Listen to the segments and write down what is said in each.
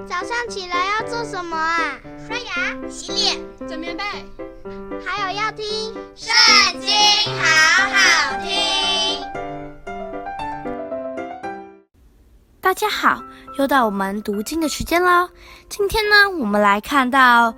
早上起来要做什么啊？ 刷牙、洗脸、 整棉被， 还有要听《 圣经》，好好听。 大家好，又到我们读经的时间了。今天呢，我们来看到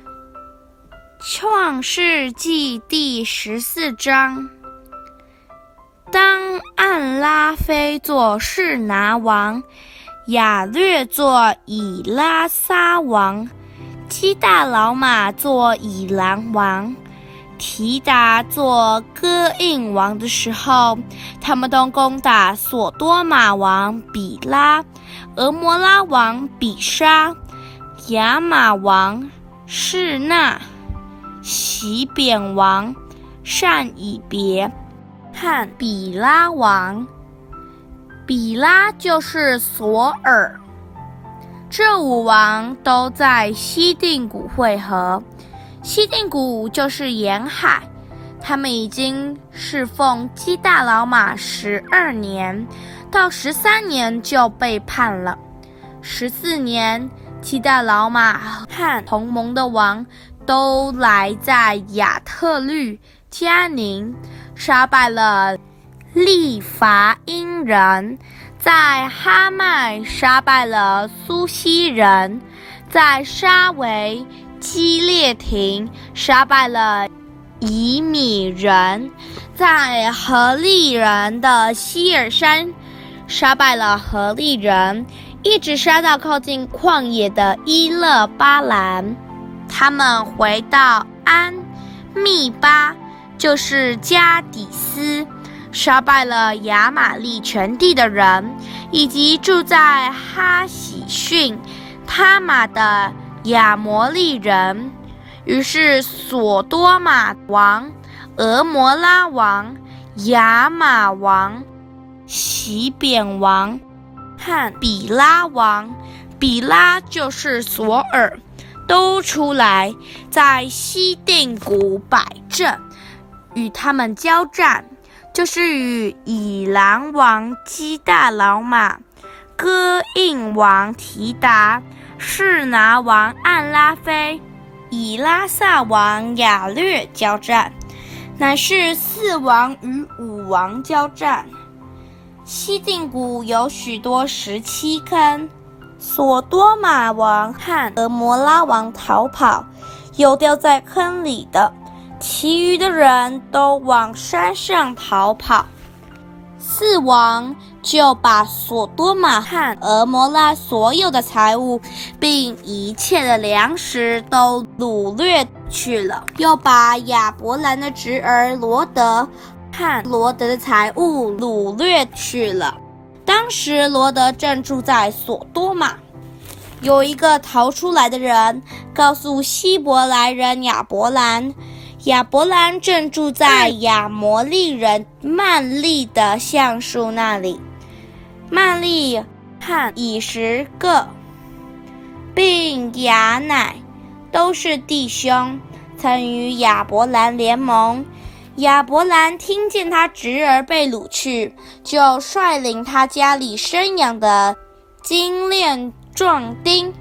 创世纪第14章。当暗拉非做示拿王，亚略做以拉撒王，基大老马做以兰王，提达做哥印王的时候，他们都攻打索多玛王比拉、俄摩拉王比沙、亚玛王示那、洗扁王善以别和比拉王。比拉就是索尔。这5王都在西定谷会合。西定谷就是沿海，他们已经侍奉基大老马12年，到13年就背叛了。14年，基大老马和同盟的王都来在亚特律、迦宁，杀败了利伐因人，在哈麦杀败了苏西人，在沙维基列亭杀败了以米人，在何利人的希尔山杀败了何利人，一直杀到靠近旷野的伊勒巴兰。他们回到安密巴，就是加底斯，杀败了亚玛利全地的人，以及住在哈喜逊、他玛的亚摩利人。于是索多玛王、俄摩拉王、亚玛王、洗扁王和比拉王，比拉就是索尔，都出来在西定谷摆阵，与他们交战，就是与以兰王基大老马、哥印王提达、示拿王暗拉非、以拉撒王亚略交战，乃是4王与5王交战。西定谷有许多石漆坑，索多玛王和俄摩拉王逃跑，有掉在坑里的，其余的人都往山上逃跑。4王就把索多玛和俄摩拉所有的财物，并一切的粮食都掳掠去了，又把亚伯兰的侄儿罗德和罗德的财物掳掠去了。当时罗德正住在索多玛。有一个逃出来的人告诉希伯来人亚伯兰，亚伯兰正住在亚摩利人曼利的橡树那里。曼利和以实各并亚乃都是弟兄，曾与亚伯兰联盟。亚伯兰听见他侄儿被掳去，就率领他家里生养的精练壮丁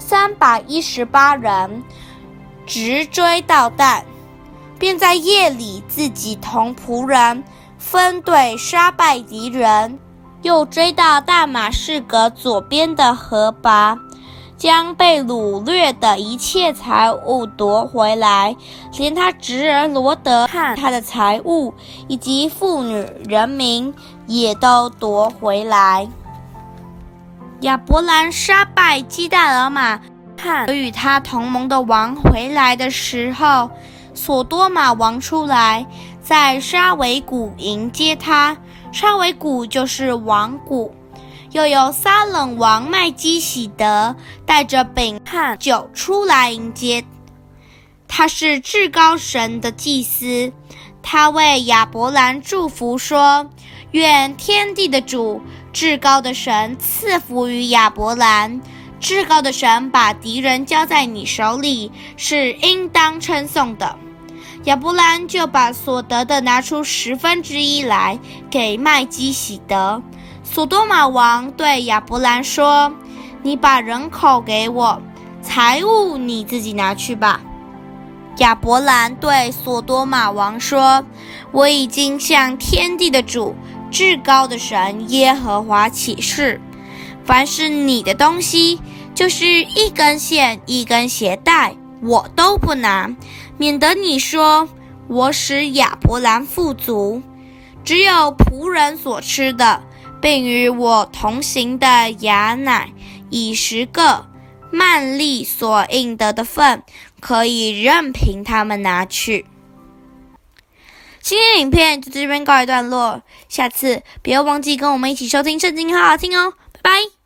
318人，直追到但，便在夜里自己同仆人分队杀败敌人，又追到大马士革左边的河拔，将被掳掠的一切财物夺回来，连他侄儿罗德和他的财物以及妇女人民也都夺回来。亚伯兰杀败基大老马和与他同盟的王回来的时候，索多玛王出来，在沙维谷迎接他。沙维谷就是王谷。又有撒冷王麦基洗德带着饼和酒出来迎接。他是至高神的祭司，他为亚伯兰祝福说，愿天地的主至高的神赐福于亚伯兰，至高的神把敌人交在你手里，是应当称颂的。亚伯兰就把所得的拿出1/10来给麦基洗德。索多玛王对亚伯兰说， 你把人口给我，财物你自己拿去吧。”亚伯兰对索多玛王说：“我已经向天地的主，至高的神耶和华起誓，凡是你的东西，就是一根线、一根鞋带，我都不拿，免得你说我使亚伯兰富足。只有仆人所吃的，并与我同行的亚乃以10个幔利所应得的份，可以任凭他们拿去。”今天的影片就到这边告一段落，下次别忘记跟我们一起收听圣经好好听哦，拜拜。